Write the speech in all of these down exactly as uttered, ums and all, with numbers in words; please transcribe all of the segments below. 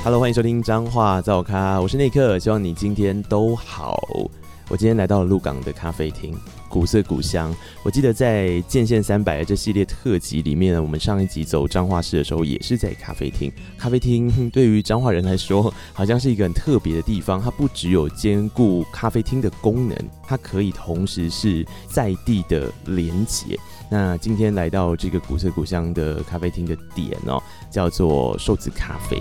Hello， 欢迎收听彰化早咖，我是内克，希望你今天都好。我今天来到了鹿港的咖啡厅，古色古香。我记得在建县三百的这系列特辑里面呢，我们上一集走彰化市的时候，也是在咖啡厅。咖啡厅对于彰化人来说，好像是一个很特别的地方。它不只有兼顾咖啡厅的功能，它可以同时是在地的连结。那今天来到这个古色古香的咖啡厅的点哦，叫做瘦子咖啡。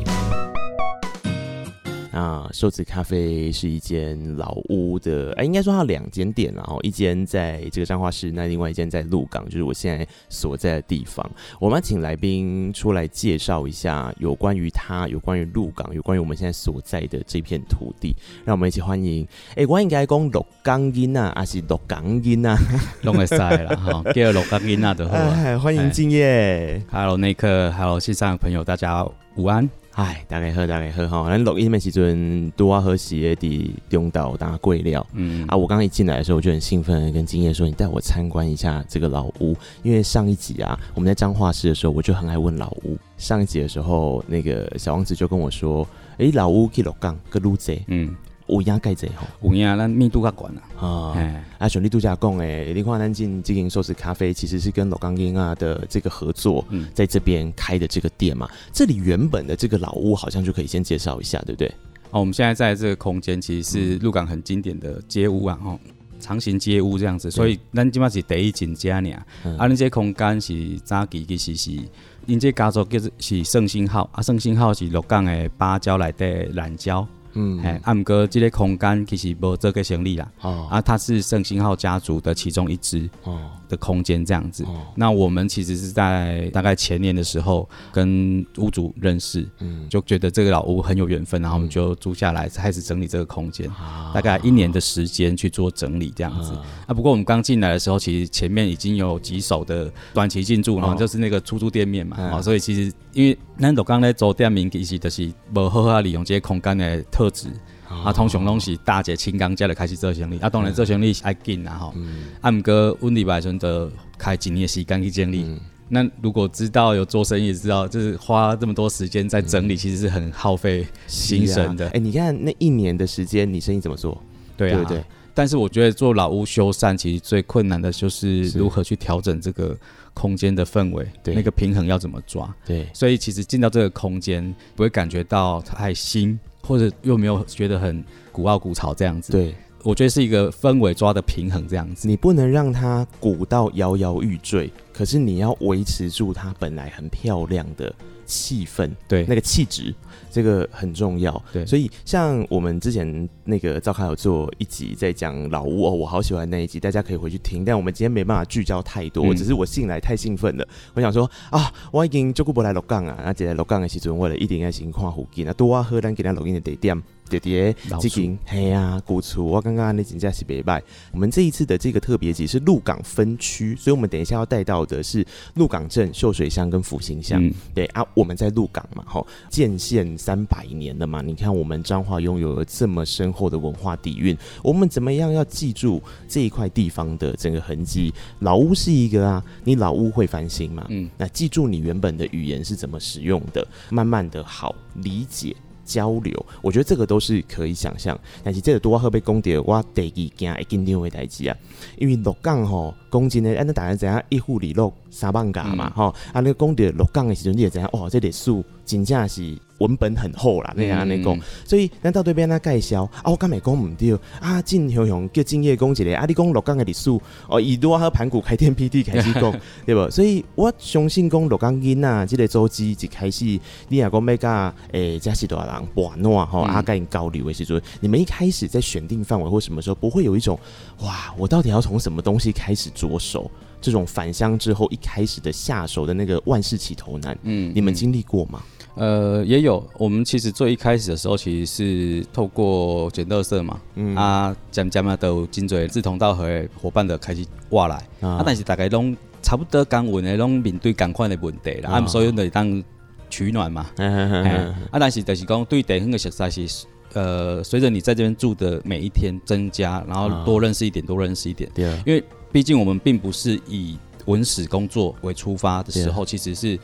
那瘦子咖啡是一间老屋的，哎，应该说它有两间店啦，一间在这个彰化市，那另外一间在鹿港，就是我现在所在的地方。我们要请来宾出来介绍一下有关于它、有关于鹿港、有关于我们现在所在的这片土地。让我们一起欢迎，哎，我应该讲鹿港囡仔，还是鹿港囡仔？ 拢会使啦，哈，叫鹿港囡仔就好了。 哎，欢迎敬业。 Hello， 内克 ，Hello， 线上的朋友，大家午安。 哎，大家好，大家好哈！咱录音的时阵，拄啊好时的伫中岛打粿料。嗯啊，我刚刚一进来的时候，我就很兴奋的跟金叶说：“你带我参观一下这个老屋。”因为上一集啊，我们在彰化市的时候，我就很爱问老屋。上一集的时候，那个小王子就跟我说：“哎、欸，老屋去鹿港个路子，嗯，有影介济吼， 有影，咱密度较悬啦。 啊，啊，像你拄则讲诶，你看咱进这间寿司咖啡，其实是跟鹿港囡仔的这个合作，嗯，在这边开的这个店嘛。这里原本的这个老屋，好像就可以先介绍一下，对不对？ 哦，我们现在在这个空间，其实是鹿港很经典的街屋啊，哦，长形街屋这样子，所以咱今嘛是第一间家呢。嗯、啊，咱这空间是早期其实是，因这家族叫做是圣兴号，啊，圣兴号是鹿港的芭蕉内底蓝蕉。嗯，哎，啊，不过这个空间其实无做个成立啦，哦，啊，它是圣兴号家族的其中一支哦的空间这样子。哦，那我们其实是在大概前年的时候跟屋主认识，嗯，就觉得这个老屋很有缘分，然后我们就租下来开始整理这个空间，嗯，大概一年的时间去做整理这样子。哦，啊，不过我们刚进来的时候，其实前面已经有几手的短期进驻，然后就是那个出租店面嘛，哦，所以其实因为咱鹿港咧租店面其实就是无好好利用这个空间的特质。啊，通常拢是大节轻钢才就开始做生意，啊，当然做生意是爱紧啦吼。嗯，啊，不过阮礼拜阵就开几年的时间去建立。嗯，那如果知道有做生意，知道就是花这么多时间在整理，嗯，其实是很耗费心神的。哎， 啊欸，你看那一年的时间，你生意怎么做？ 对啊，对不对？但是我觉得做老屋修繕，其实最困难的就是如何去调整这个空间的氛围，那个平衡要怎么抓？对，所以其实进到这个空间，不会感觉到太新。或者又没有觉得很古傲古潮这样子，对，我觉得是一个氛围抓的平衡这样子。 你不能让它古到摇摇欲坠，可是你要维持住它本来很漂亮的气氛，对，那个气质，这个很重要。对，所以像我们之前那个赵卡有做一集在讲老屋哦，我好喜欢那一集，大家可以回去听。但我们今天没办法聚焦太多，嗯，只是我进来太兴奋了，我想说啊，我已经足久没来鹿港啊，那来鹿港的时阵，我就一定要先看附近啊，拄啊好咱今天录音的地点。就伫个这间嘿啊古厝，我刚刚那真正是袂歹。我们这一次的这个特别集是鹿港分区，所以我们等一下要带到的是鹿港镇、秀水乡跟复兴乡。嗯，对啊，我们在鹿港嘛，吼，建县三百年了嘛，你看我们彰化拥有了这么深厚的文化底蕴，我们怎么样要记住这一块地方的整个痕迹？老屋是一个啊，你老屋会翻新嘛？嗯，那记住你原本的语言是怎么使用的，慢慢的好理解。交流，我觉得这个都是可以想象，但是这个拄我好要讲到我第二件会紧张的代志啊，因为鹿港吼，讲真的，安尼大家知影一户二路三万家嘛，吼、嗯，啊，你讲到鹿港的时阵，你就知影，哇，这历史真正是文本很厚啦，那样安尼讲，所以咱到底要安怎介绍啊？我敢会讲唔对啊，进雄雄叫敬业讲一个啊，你讲鹿港的历史哦，以拄我好盘古开天辟地开始讲，对不？所以我相信讲鹿港囡仔这个组织一开始，你若讲要甲诶嘉士大人。玩诺吼，阿盖交流的时阵，你们一开始在选定范围或什么时候，不会有一种哇，我到底要从什么东西开始着手？这种返乡之后一开始的下手的那个万事起头难，嗯，你们经历过吗？ 呃，也有。我们其实最一开始的时候，其实是透过捡垃圾嘛，嗯、啊，渐渐啊，都有真多志同道合的伙伴的开始挖来，啊，啊但是大家拢差不多共运的，拢面对同款的问题啦，啊，所以就当。取暖嘛，啊，但是就是讲对地方的熟悉是，呃，随着你在这边住的每一天增加，然后多认识一点，多认识一点。对，因为毕竟我们并不是以文史工作为出发的时候，其实是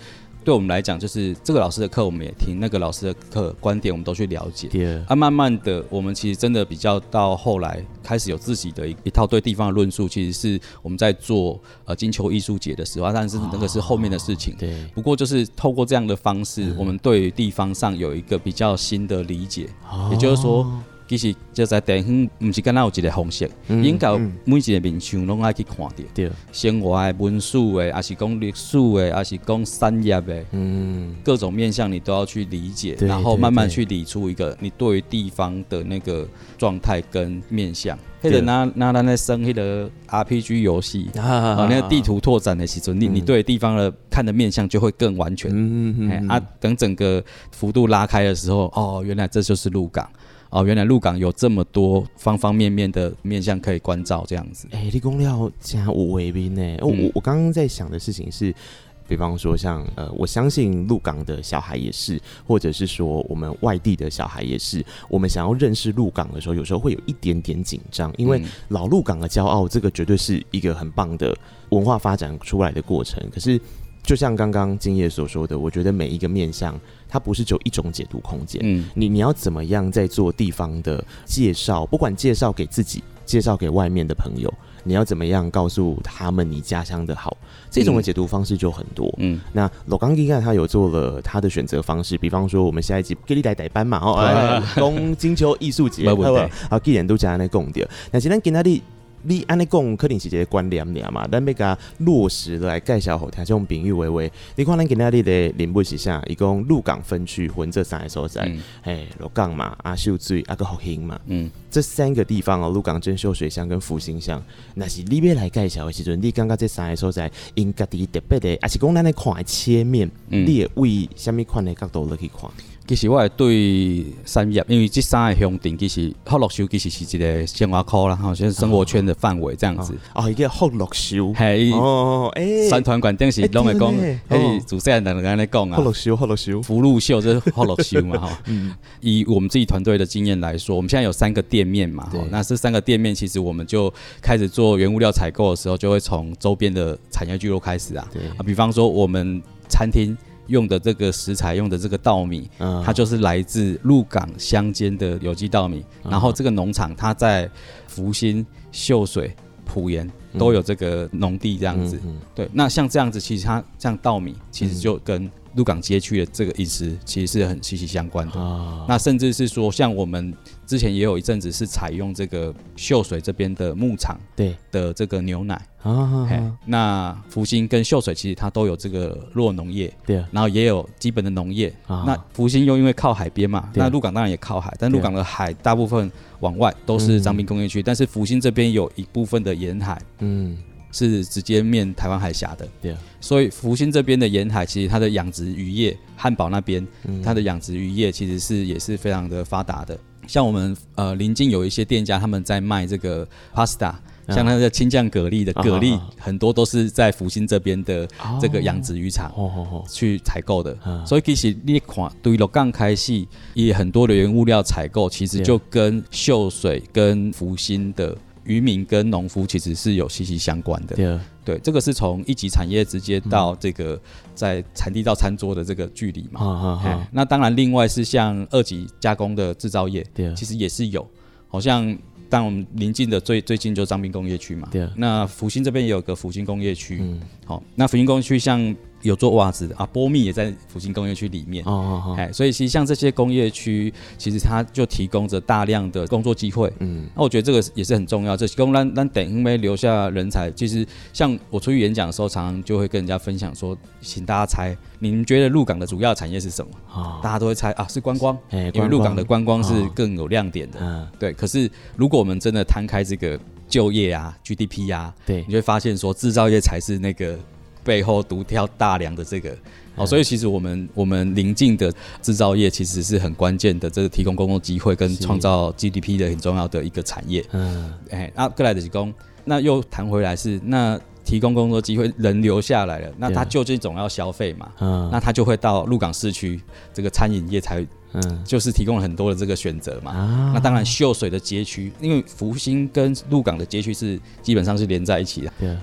对我们来讲，就是这个老师的课我们也听，那个老师的课观点我们都去了解。啊，慢慢的，我们其实真的比较到后来开始有自己的 一, 一套对地方的论述，其实是我们在做呃金球艺术节的时候，但是那个是后面的事情。对、哦，不过就是透过这样的方式，嗯、我们对于地方上有一个比较新的理解，哦、也就是说。其实就在地方，不是敢若有一个方式，嗯、应该每一个面向拢爱去看到。对，生活的、文史的，还是讲历史的，还是讲产业的，嗯，各种面向你都要去理解，然后慢慢去理出一个你对于地方的那个状态跟面向。迄个那那咱在生迄个 R P G 游戏啊，那个地图拓展的时阵，你你对地方的看的面向就会更完全。嗯嗯嗯啊，等整个幅度拉开的时候，哦，原来这就是鹿港。哦，原来鹿港有这么多方方面面的面向可以关照，这样子。 哎、欸，你讲了真有画面呢。我我刚刚在想的事情是，比方说像呃，我相信鹿港的小孩也是，或者是说我们外地的小孩也是，我们想要认识鹿港的时候，有时候会有一点点紧张，因为老鹿港的骄傲，这个绝对是一个很棒的文化发展出来的过程。可是，就像刚刚金叶所说的，我觉得每一个面向。它不是只有一种解读空间，嗯，你你要怎么样在做地方的介绍，不管介绍给自己，介绍给外面的朋友，你要怎么样告诉他们你家乡的好，这种的解读方式就很多，嗯，那罗刚基干他有做了他的选择方式，比方说我们下一集给你来代班嘛，哦，讲金秋艺术节，好，既然都加在讲掉，那今天给他的。你安尼讲，可能是一个观念尔嘛，咱要甲落实来介绍给听众朋友话话。你看咱今仔日的人物是啥？伊讲鹿港分区分这三个所在，嘿、嗯，鹿港嘛，阿秀水，啊个福兴嘛，嗯，这三个地方哦，鹿港、珍馐水乡跟福兴乡，那是你要来介绍的时阵，你感觉这三个所在因家己特别的，还是讲咱来看的切面，嗯、你会为什么款的角度来去看？ 其实我会对产业，因为这三个乡镇其实福乐收其实是一个生活区啦，好像生活圈的范围这样子。 哦，一个福乐收， 嘿，哦，哎、欸，三团馆顶是拢会讲，嘿，主持人人安尼讲啊， 福乐收，福乐收， 福禄秀这是福乐收嘛，哈。嗯，以我们自己团队的经验来说，我们现在有三个店面嘛，那这三个店面其实我们就开始做原物料采购的时候，就会从周边的产业聚落开始啊，啊，比方说我们餐厅。用的这个食材，用的这个稻米，嗯、它就是来自鹿港乡间的有机稻米。嗯、然后这个农场，它在福兴、秀水、埔盐都有这个农地这样子。嗯嗯嗯、对，那像这样子，其实它像稻米，其实就跟鹿港街区的这个饮食其实是很息息相关的。哦、那甚至是说，像我们之前也有一阵子是采用这个秀水这边的牧场对的这个牛奶。啊，那福兴跟秀水其实它都有这个弱农业，对，然后也有基本的农业。啊、那福兴又因为靠海边嘛，那鹿港当然也靠海，但鹿港的海大部分往外都是彰滨工业区，嗯、但是福兴这边有一部分的沿海，嗯，是直接面台湾海峡的，对，所以福兴这边的沿海其实它的养殖渔业，汉堡那边、嗯、它的养殖渔业其实是也是非常的发达的。像我们呃邻近有一些店家，他们在卖这个 pasta。像那个青酱蛤蜊的蛤蜊，很多都是在福兴这边的这个养殖渔场去采购的，所以其实你看，对鹿港开始，也很多的原物料采购，其实就跟秀水、跟福兴的渔民跟农夫其实是有息息相关的。对，对，这个是从一级产业直接到这个在产地到餐桌的这个距离嘛。嗯、那当然，另外是像二级加工的制造业，其实也是有，好像。但我们邻近的最最近就是彰滨工业区嘛，对。那福兴这边也有个福兴工业区，嗯，好，那福兴工业区像有做袜子的啊，波蜜也在福兴工业区里面，哦哦哦，哎，所以其实像这些工业区，其实它就提供着大量的工作机会，嗯，那我觉得这个也是很重要，这提供咱咱等因为留下人才，其实像我出去演讲的时候，常常就会跟人家分享说，请大家猜，你们觉得鹿港的主要产业是什么？哦、大家都会猜啊，是观光，欸、因为鹿港的观光是更有亮点的，哦、对。可是如果我们真的摊开这个就业啊 ，G D P 啊，对，你就会发现说制造业才是那个。背后独挑大梁的这个，哦，所以其实我们我们邻近的制造业其实是很关键的，这个提供公共机会跟创造 G D P 的很重要的一个产业。嗯，哎，那过来的是讲，那又谈回来是那提供工作机会，人留下来了，那他就这种要消费嘛，嗯，那他就会到鹿港市区这个餐饮业才。嗯，就是提供了很多的这个选择嘛。啊、那当然，秀水的街区，因为福兴跟鹿港的街区是基本上是连在一起的。对，哎，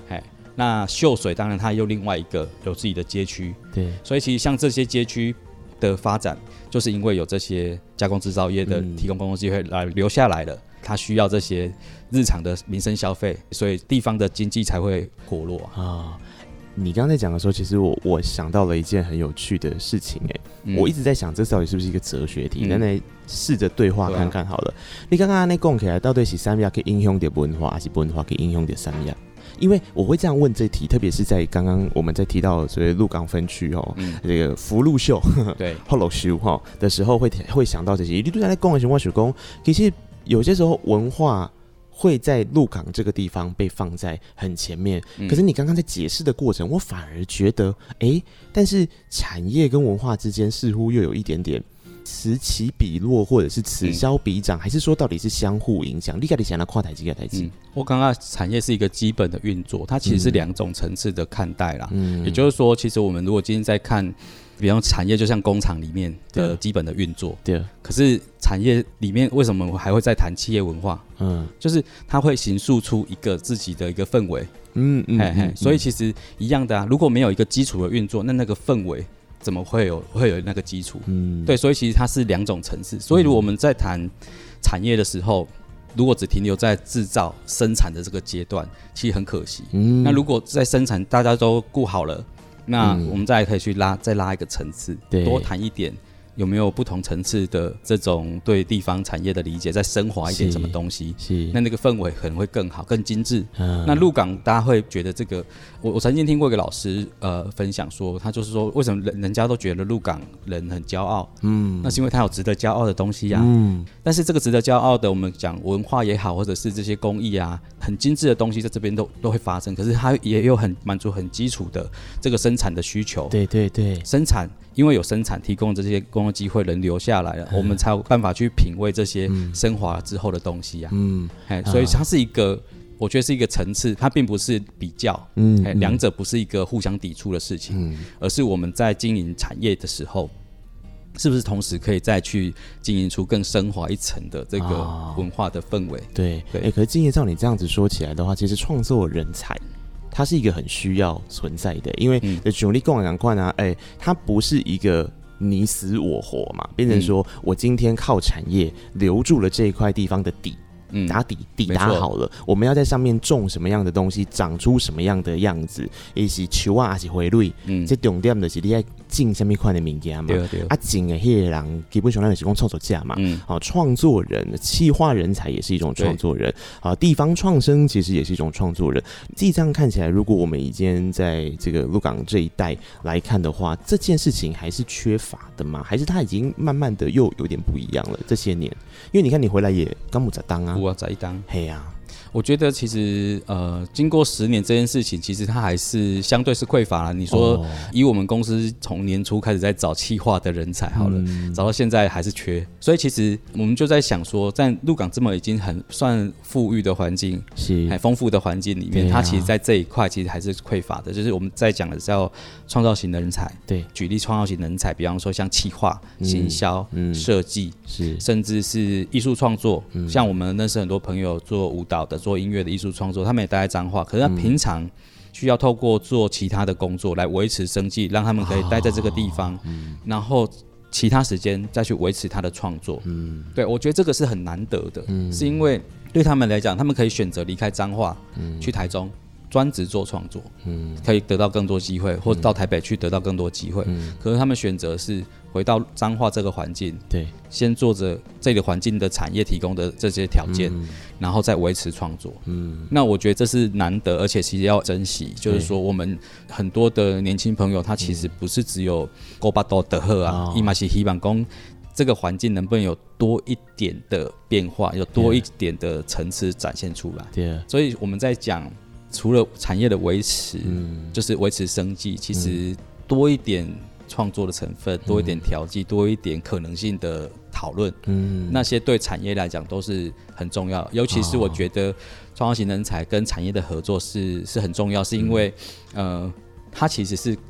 那秀水当然它又另外一个有自己的街区， 对， 所以其实像这些街区的发展，就是因为有这些加工制造业的提供工作机会来留下来了，它需要这些日常的民生消费，所以地方的经济才会活络啊。 哦，你刚才讲的时候，其实我我想到了一件很有趣的事情、欸嗯、我一直在想这到底是不是一个哲学题，那、嗯、来试着对话看看好了。啊、你刚刚那讲起来，到底是三亚可以影响到文化，还是文化可以影响到三亚？因为我会这样问这题，特别是在刚刚我们在提到所谓鹿港分区哦，嗯、这个福禄秀对后楼修哈的时候会，会会想到这些。你都在那讲的情况下讲，其实有些时候文化会在鹿港这个地方被放在很前面，嗯、可是你刚刚在解释的过程，我反而觉得，哎、欸，但是产业跟文化之间似乎又有一点点此起彼落，或者是此消彼长、嗯，还是说到底是相互影响？你到底想要跨台几个台几？ 我刚刚产业是一个基本的运作，它其实是两种层次的看待啦。嗯，也就是说，其实我们如果今天在看，比方产业就像工厂里面的基本的运作，对。可是产业里面为什么还会在谈企业文化？嗯，就是它会形塑出一个自己的一个氛围。嗯嗯，嘿嘿嗯，所以其实一样的啊。如果没有一个基础的运作，那那个氛围怎么会有会有那个基础？嗯，对，所以其实它是两种层次。所以如果我们在谈产业的时候，如果只停留在制造生产的这个阶段，其实很可惜。嗯，那如果在生产大家都顾好了，那我们再可以去拉再拉一个层次，多谈一点。有没有不同层次的这种对地方产业的理解，再升华一点什么东西？那那个氛围可能会更好、更精致。嗯、那鹿港大家会觉得这个，我我曾经听过一个老师呃分享说，他就是说，为什么人人家都觉得鹿港人很骄傲？嗯，那是因为他有值得骄傲的东西呀、啊。嗯，但是这个值得骄傲的，我们讲文化也好，或者是这些工艺啊，很精致的东西在这边都都会发生，可是它也有很满足很基础的这个生产的需求。对对对，生产。因为有生产提供这些工作机会，人留下来了，嗯、我们才有办法去品味这些升华之后的东西啊。嗯，所以它是一个，我觉得是一个层次，它并不是比较，嗯，两者不是一个互相抵触的事情，嗯、而是我们在经营产业的时候，是不是同时可以再去经营出更升华一层的这个文化的氛围？哦、对对、欸， 可是敬业照你这样子说起来的话，其实创作人才。它是一个很需要存在的，因为像你讲的同样啊，哎、欸，它不是一个你死我活嘛，变成说我今天靠产业留住了这一块地方的底。嗯、打底底打好了，我们要在上面种什么样的东西，长出什么样的样子，也是球啊，还是回蕊，嗯，这重点就是你要种什么款的物件嘛。对对。啊，种的那个人基本上就是讲创作者嘛，嗯，好、啊，创作人、企划人才也是一种创作人，啊，地方创生其实也是一种创作人。自己这样看起来，如果我们已经在这个鹿港这一带来看的话，这件事情还是缺乏的吗？还是它已经慢慢的又有点不一样了？这些年，因为你看你回来也刚木在当啊。 我在当， 嘿呀、啊， 我觉得其实呃，经过十年这件事情，其实它还是相对是匮乏了。你说、哦、以我们公司从年初开始在找企划的人才，好了、嗯，找到现在还是缺。所以其实我们就在想说，在鹿港这么已经很算富裕的环境，是很丰富的环境里面，啊、它其实在这一块其实还是匮乏的。就是我们在讲的叫创造型的人才，对，举例创造型人才，比方说像企划、嗯、行销、设、嗯、计，是甚至是艺术创作、嗯。像我们认识很多朋友做舞蹈的。做音乐的艺术创作，他们也待在彰化，可是他平常需要透过做其他的工作来维持生计，让他们可以待在这个地方，哦嗯、然后其他时间再去维持他的创作。嗯，对，我觉得这个是很难得的，嗯、是因为对他们来讲，他们可以选择离开彰化，嗯、去台中专职做创作，嗯，可以得到更多机会，或者到台北去得到更多机会。嗯、可是他们选择是回到彰化这个环境，对，先做着这个环境的产业提供的这些条件，嗯、然后再维持创作。嗯，那我觉得这是难得，而且其实要珍惜。就是说，我们很多的年轻朋友，他其实不是只有勾巴多的喝啊，伊嘛是希望讲这个环境能不能有多一点的变化，有多一点的层次展现出来。对，所以我们在讲。除了产业的维持，嗯、就是维持生计，其实多一点创作的成分，多一点调剂，多一点可能性的讨论，嗯、那些对产业来讲都是很重要。尤其是我觉得创造型人才跟产业的合作是是很重要，是因为、嗯、呃，它其实是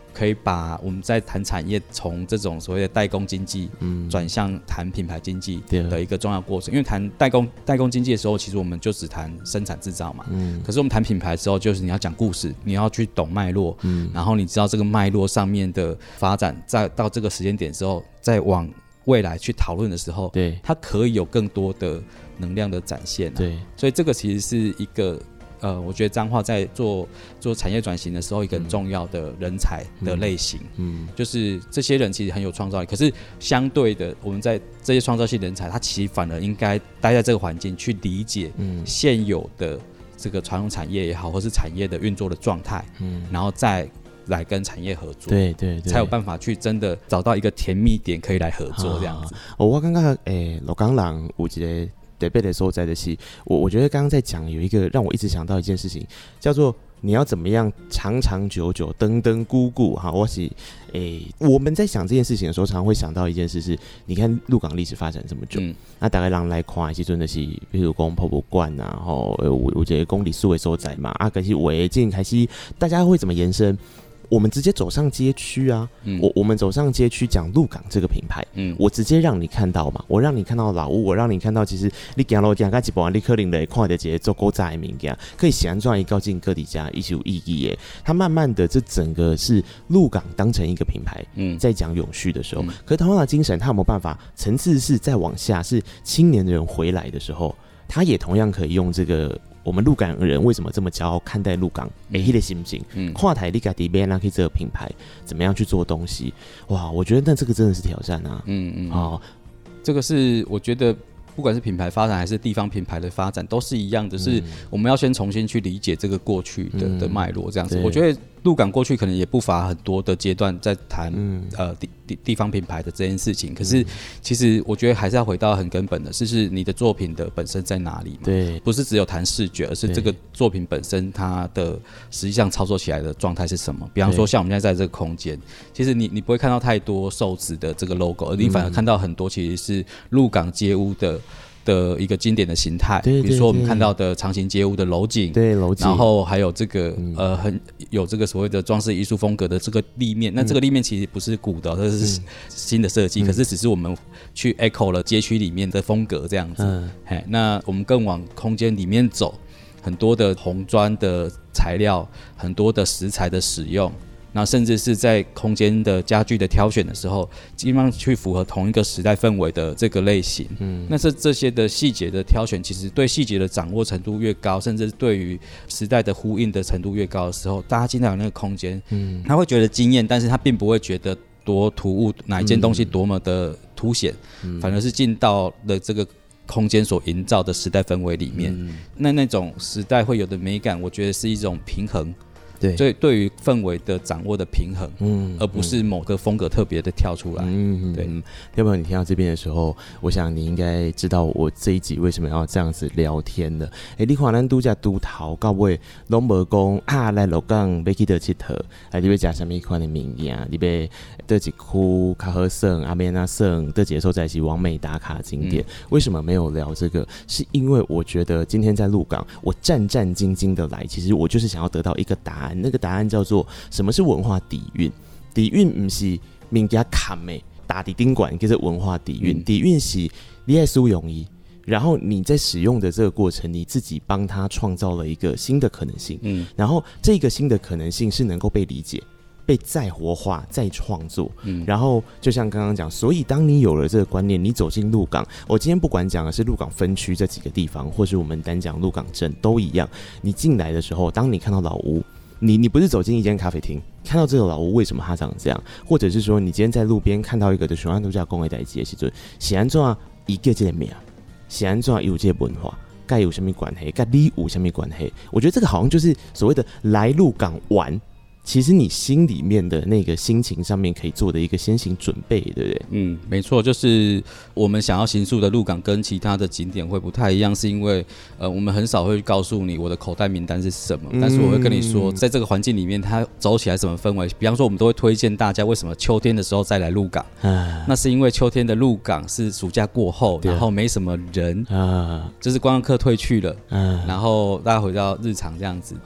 可以把我们在谈产业从这种所谓的代工经济转向谈品牌经济的一个重要过程。因为谈代工代工经济的时候，其实我们就只谈生产制造嘛。嗯、可是我们谈品牌的时候，就是你要讲故事，你要去懂脉络，嗯、然后你知道这个脉络上面的发展，在到这个时间点之后，再往未来去讨论的时候，对，它可以有更多的能量的展现、啊。对，所以这个其实是一个。呃，我觉得彰化在做做产业转型的时候，一个很重要的人才的类型，嗯，嗯就是这些人其实很有创造力，可是相对的，我们在这些创造性人才，他其实反而应该待在这个环境去理解现有的这个传统产业也好，或是产业的运作的状态，嗯，然后再来跟产业合作，对对对，才有办法去真的找到一个甜蜜点可以来合作这样子。 哦、我刚刚诶，鹿港人有一个。得背的所在的是，我我觉得刚刚在讲有一个让我一直想到一件事情，叫做你要怎么样长长久久、登登固固哈。我是诶，我们在想这件事情的时候，常常会想到一件事是，你看鹿港历史发展这么久，嗯、那大概人来看的时阵的是，比如讲博物馆啊，吼，有有这个公里数的所在嘛，啊，可是围进开始，大家会怎么延伸？我们直接走上街区啊，嗯、我我们走上街区讲鹿港这个品牌，嗯、我直接让你看到嘛，我让你看到老屋，我让你看到其实你走路行到一半，你可能会看到一个做古早的物件，可以显转一告进各地家一起有意义耶。它慢慢的，这整个是鹿港当成一个品牌，嗯、在讲永续的时候，嗯、可是同样的精神，它有没有办法层次是再往下，是青年人回来的时候，他也同样可以用这个。我们鹿港人为什么这么骄傲看待鹿港？哎、欸，的心情，嗯，跨台你家底边可以这个品牌怎么样去做东西？哇，我觉得那这个真的是挑战啊！嗯嗯，哦， 这个是我觉得不管是品牌发展还是地方品牌的发展，都是一样的，是我们要先重新去理解这个过去的、嗯、的脉络，这样子。我觉得鹿港过去可能也不乏很多的阶段在谈、嗯、呃 地, 地, 地方品牌的这件事情，可是其实我觉得还是要回到很根本的，是是你的作品的本身在哪里嘛？对，不是只有谈视觉，而是这个作品本身它的实际上操作起来的状态是什么？比方说像我们现在在这个空间，其实你你不会看到太多瘦子的这个 logo， 而你反而看到很多其实是鹿港街屋的。的一个经典的形态，比如说我们看到的长形街屋的楼景，对楼景，然后还有这个、嗯、呃很有这个所谓的装饰艺术风格的这个立面，嗯、那这个立面其实不是古的，这是新的设计，嗯、可是只是我们去 echo 了街区里面的风格这样子。嗯、那我们更往空间里面走，很多的红砖的材料，很多的食材的使用。那甚至是在空间的家具的挑选的时候，尽量去符合同一个时代氛围的这个类型。嗯，那是这些的细节的挑选，其实对细节的掌握程度越高，甚至对于时代的呼应的程度越高的时候，大家进到那个空间，嗯，他会觉得惊艳，但是他并不会觉得多突兀，哪一件东西多么的凸显，嗯、反而是进到了这个空间所营造的时代氛围里面。嗯、那那种时代会有的美感，我觉得是一种平衡。对，所以对于氛围的掌握的平衡，嗯，而不是某个风格特别的跳出来。嗯，对。 要不然你听到这边的时候，我想你应该知道我这一集为什么要这样子聊天了。哎、欸，你看咱拄只拄头到尾拢无讲啊，来鹿港要去倒佚佗，啊，你要食什么款的物件？你要倒一区较好耍，阿边啊耍，倒一个所在是完美打卡景点。嗯、为什么没有聊这个？是因为我觉得今天在鹿港，我战战兢兢的来，其实我就是想要得到一个答案。那个答案叫做什么是文化底蕴？底蕴不是物件砍的打底丁管，叫做文化底蕴。嗯、底蕴是你爱使用伊，然后你在使用的这个过程，你自己帮他创造了一个新的可能性。嗯，然后这个新的可能性是能够被理解、被再活化、再创作。嗯，然后就像刚刚讲，所以当你有了这个观念，你走进鹿港，我今天不管讲的是鹿港分区这几个地方，或是我们单讲鹿港镇都一样。你进来的时候，当你看到老屋。你你不是走进一间咖啡厅，看到这个老屋为什么它长这样，或者是说你今天在路边看到一个就像度假公的代志的时阵，是安怎一个这个名，是安怎有这个文化，该有什么关系，该你有什么关系？我觉得这个好像就是所谓的来鹿港玩。其实你心里面的那个心情上面可以做的一个先行准备，对不对？ 嗯，没错，就是我们想要行塑的鹿港跟其他的景点会不太一样，是因为呃，我们很少会告诉你我的口袋名单是什么，嗯、但是我会跟你说，在这个环境里面，它走起来什么氛围。比方说，我们都会推荐大家为什么秋天的时候再来鹿港，啊、那是因为秋天的鹿港是暑假过后，然后没什么人，啊、就是观光客退去了，啊、然后大家回到日常这样子。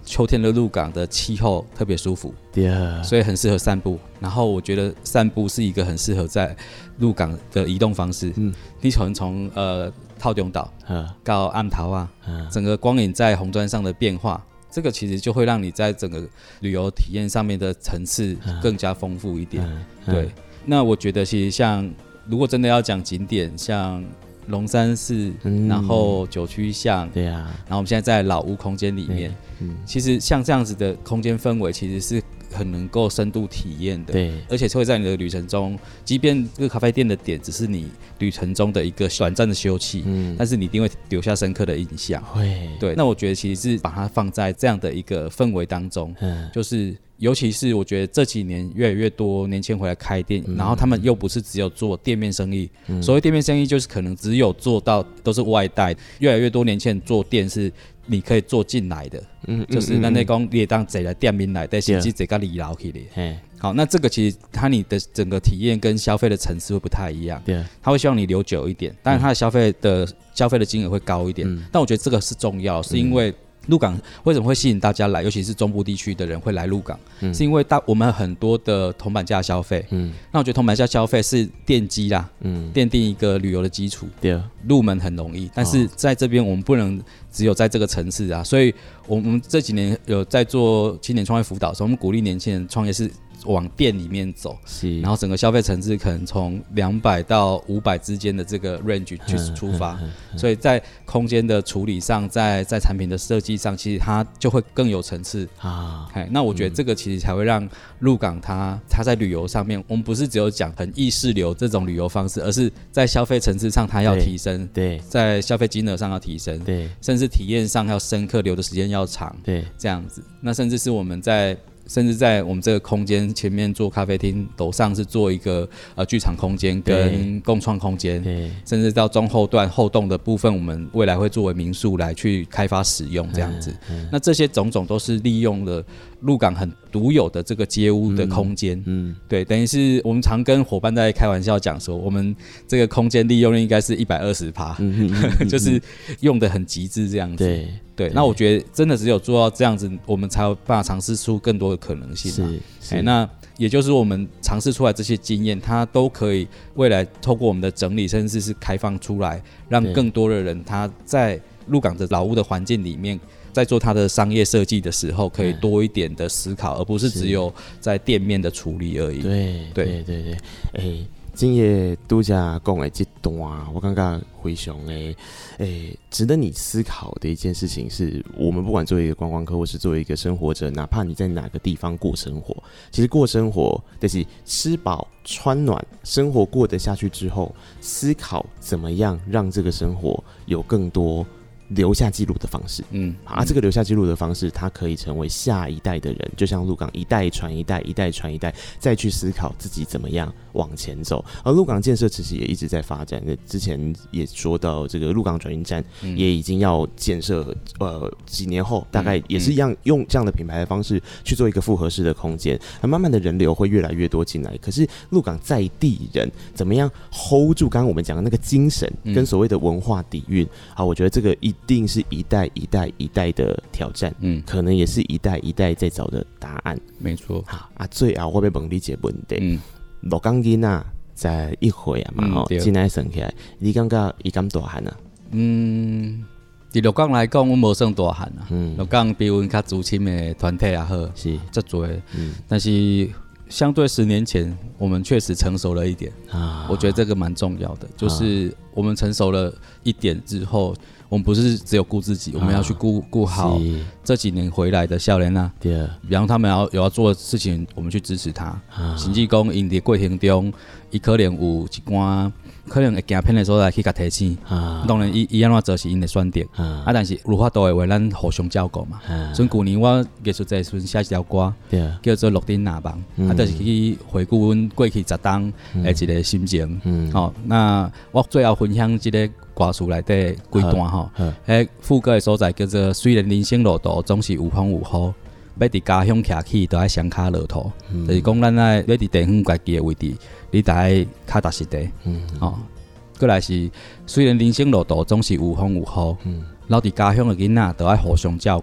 秋天的鹿港的气候特别舒服，对，所以很适合散步。然后我觉得散步是一个很适合在鹿港的移动方式。嗯，你从从呃套中岛到暗桃啊，整个光影在红砖上的变化，这个其实就会让你在整个旅游体验上面的层次更加丰富一点。对，那我觉得其实像如果真的要讲景点，像龙山寺，嗯、然后九曲巷，对啊，然后我们现在在老屋空间里面，嗯，其实像这样子的空间氛围，其实是很能够深度体验的，对，而且会在你的旅程中，即便这个咖啡店的点只是你旅程中的一个短暂的休憩，嗯，但是你一定会留下深刻的印象，会，对，那我觉得其实是把它放在这样的一个氛围当中，嗯，就是。尤其是我觉得这几年越来越多年轻人回来开店，嗯、然后他们又不是只有做店面生意，嗯、所谓店面生意就是可能只有做到都是外带，越来越多年轻人做店是你可以做进来的，嗯、就是咱那讲你也当坐来店面来，但是只坐到二楼去的。好，那这个其实它你的整个体验跟消费的层次会不太一样，对，他会希望你留久一点，当然他的消费的、嗯、消费的金额会高一点，嗯、但我觉得这个是重要，是因为。鹿港为什么会吸引大家来，尤其是中部地区的人会来鹿港，嗯、是因为大我们很多的铜板价消费，嗯，那我觉得铜板价消费是奠基啦，嗯，奠定一个旅游的基础，对，入门很容易，但是在这边我们不能只有在这个层次啊，所以我们这几年有在做青年创业辅导，所以我们鼓励年轻人创业是往店里面走，然后整个消费层次可能从两百到五百之间的这个 range 去出发，所以在空间的处理上，在在产品的设计上，其实它就会更有层次啊。那我觉得这个其实才会让鹿港它它在旅游上面，我们不是只有讲很意识流这种旅游方式，而是在消费层次上它要提升，对，在消费金额上要提升，对，甚至体验上要深刻，留的时间要长，对，这样子。那甚至是我们在。甚至在我们这个空间前面做咖啡厅，楼上是做一个呃剧场空间跟共创空间，甚至到中后段后栋的部分，我们未来会作为民宿来去开发使用这样子。嗯嗯、那这些种种都是利用了鹿港很独有的这个街屋的空间，嗯，嗯对，等于是我们常跟伙伴在开玩笑讲说，我们这个空间利用率应该是一百二十趴，就是用的很极致这样子。对。对，那我觉得真的只有做到这样子，我们才有办法尝试出更多的可能性、啊。是，是、欸，那也就是我们尝试出来这些经验，它都可以未来透过我们的整理，甚至是开放出来，让更多的人他在鹿港的老屋的环境里面，在做他的商业设计的时候，可以多一点的思考，而不是只有在店面的处理而已。对，对， 对，对，对，哎、欸。今夜拄则讲的这段，我感觉非常的诶，值得你思考的一件事情是，我们不管作为一个观光客，或是作为一个生活者，哪怕你在哪个地方过生活，其实过生活，但是吃饱穿暖，生活过得下去之后，思考怎么样让这个生活有更多。留下记录的方式，嗯，啊，这个留下记录的方式，它可以成为下一代的人，就像鹿港一代传一代，一代传一代，再去思考自己怎么样往前走。而鹿港建设其实也一直在发展，之前也说到这个鹿港转运站也已经要建设，呃，几年后大概也是一样用这样的品牌的方式去做一个复合式的空间，那慢慢的人流会越来越多进来。可是鹿港在地人怎么样 hold 住刚刚我们讲的那个精神跟所谓的文化底蕴啊？我觉得这个一。一定是一代一代一代的挑战，嗯，可能也是一代一代在找的答案。 没错， 好啊，最后我要问你一个问题，嗯，鹿港囡仔在一岁啊嘛，吼、嗯，现在算起来，你感觉伊敢大汉啊？ 嗯，伫鹿港来讲，我无算大汉啊。嗯，鹿港比阮较资深的团体也好，是足多，嗯，但是。相对十年前，我们确实成熟了一点啊，我觉得这个蛮重要的，就是我们成熟了一点之后，我们不是只有顾自己，我们要去顾顾好这几年回来的少年啊，对，然后他们要有要做的事情，我们去支持他。甚至讲，因伫过程中，伊可能有一寡。可能会行偏的所在去甲提醒，啊、当然伊伊安怎做是因的选择，啊，啊但是如法度的话，咱互相照顾嘛。啊、所以去年我艺术节时写一条歌，叫做《鹿鼎那梦》，嗯、啊，就是去回顾阮过去十冬的一个心情。嗯，哦，那我最后分享这个歌词内底几段吼，迄副歌的所在叫做“虽然人生路途总是有风有雨”。要伫家乡徛起，都爱双脚落土，嗯、就是讲咱爱要伫地方家己的位置，你得爱脚踏实地。嗯，哦，过来是虽然人生路途总是有风有雨，嗯，留伫家乡的囡仔都爱互相照顾，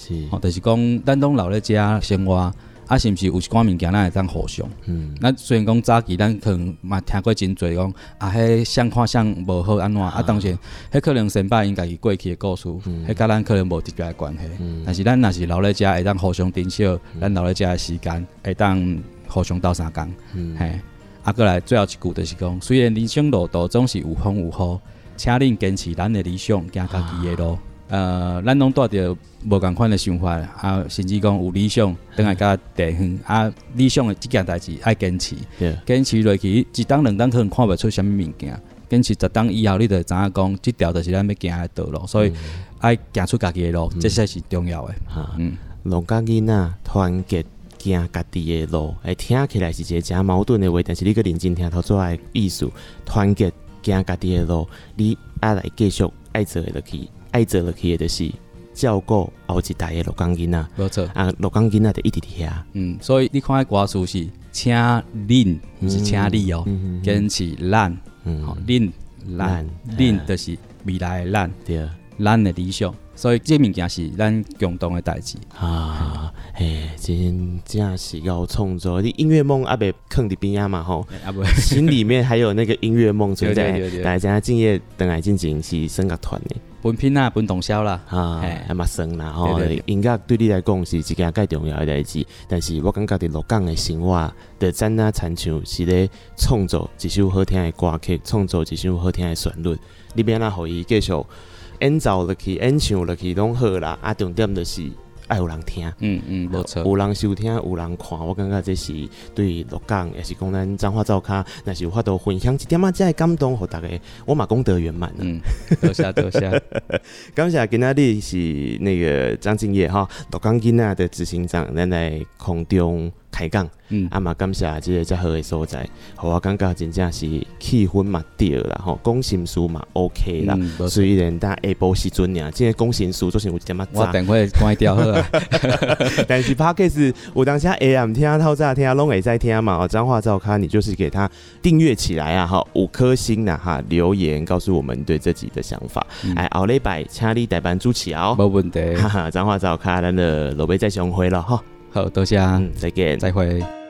是，吼、哦，就是讲咱拢留咧遮生活。啊，是毋是有一寡物件咱会当互相？嗯，咱虽然讲早期咱可能嘛听过真侪讲，啊，迄相看相无好安怎？啊，当然，迄可能先把因家己过去的故事，迄甲咱可能无直接的关系。嗯、但是咱若是留咧遮，会当互相珍惜，咱留咧遮的时间，会当互相斗相共。嗯，嘿，啊，过来最后一句就是讲，虽然人生路途总是有风有雨，请恁坚持咱的理想，行家己的路。呃，咱拢带着无共款的想法，啊，甚至讲有理想，等下甲地远啊，理想的即件代志爱坚持， yeah. 坚持落去，一档两档可能看袂出啥物物件，坚持十档以后，你就知影讲，即条就是咱要行的道路，所以爱行出家己的路，嗯、这才是重要的。 哈、嗯，龙家囡仔团结行家己的路，哎，听起来是一个真矛盾的话，但是你个认真听头做爱意思，团结行家己的路，你爱来继续爱做落去。爱做落去的就是照顾后一代的鹿港囡仔， 没错啊，鹿港囡仔就一直伫遐。 嗯，所以你看歌词是请恁，不是请你哦，坚持咱，好恁咱，恁就是未来的咱，对，咱的理想。所以这物件是咱共同的代志啊！嘿，真正是要创作。你音乐梦阿袂放伫边啊嘛吼，心里面还有那个音乐梦存在。大家敬业等来进行是声乐团的。 分品啊，分通宵啦， 啊，还嘛算啦吼。音乐对你来讲是一件介重要的代志，但是我感觉伫鹿港的生活，就咱啊亲像是咧创作一首好听的歌曲，创作一首好听的旋律，你要安怎互伊继续演奏落去、演唱落去拢好啦。啊，重点就是爱有人听， 嗯嗯，没错， 有人收听，有人看，我感觉这是对鹿港，也是讲咱彰化灶脚，若是有法度分享一点仔这的感动，互大家，我嘛功德圆满了。 嗯，多谢多谢， 感谢今仔日是那个张敬业哈，鹿港囡仔的执行长，咱来空中开讲。嗯，啊嘛感谢这个遮好的所在，互我感觉真正是气氛嘛对啦吼，讲心事嘛 OK 啦。嗯、虽然但下晡时阵尔，即个讲心事做成有一点仔早。 我等会关掉好啊。 但是 Podcast 有当下 A M 听、透早听，拢会在听嘛。彰化灶咖，你就是给他订阅起来啊，哈，五颗星呐哈，留言告诉我们对自己的想法。嗯、哎，后礼拜请你代班主持哦， 没问题。 哈哈，彰化灶咖，咱的落尾再相会了哈。 好，多谢， 嗯，再见， 再会。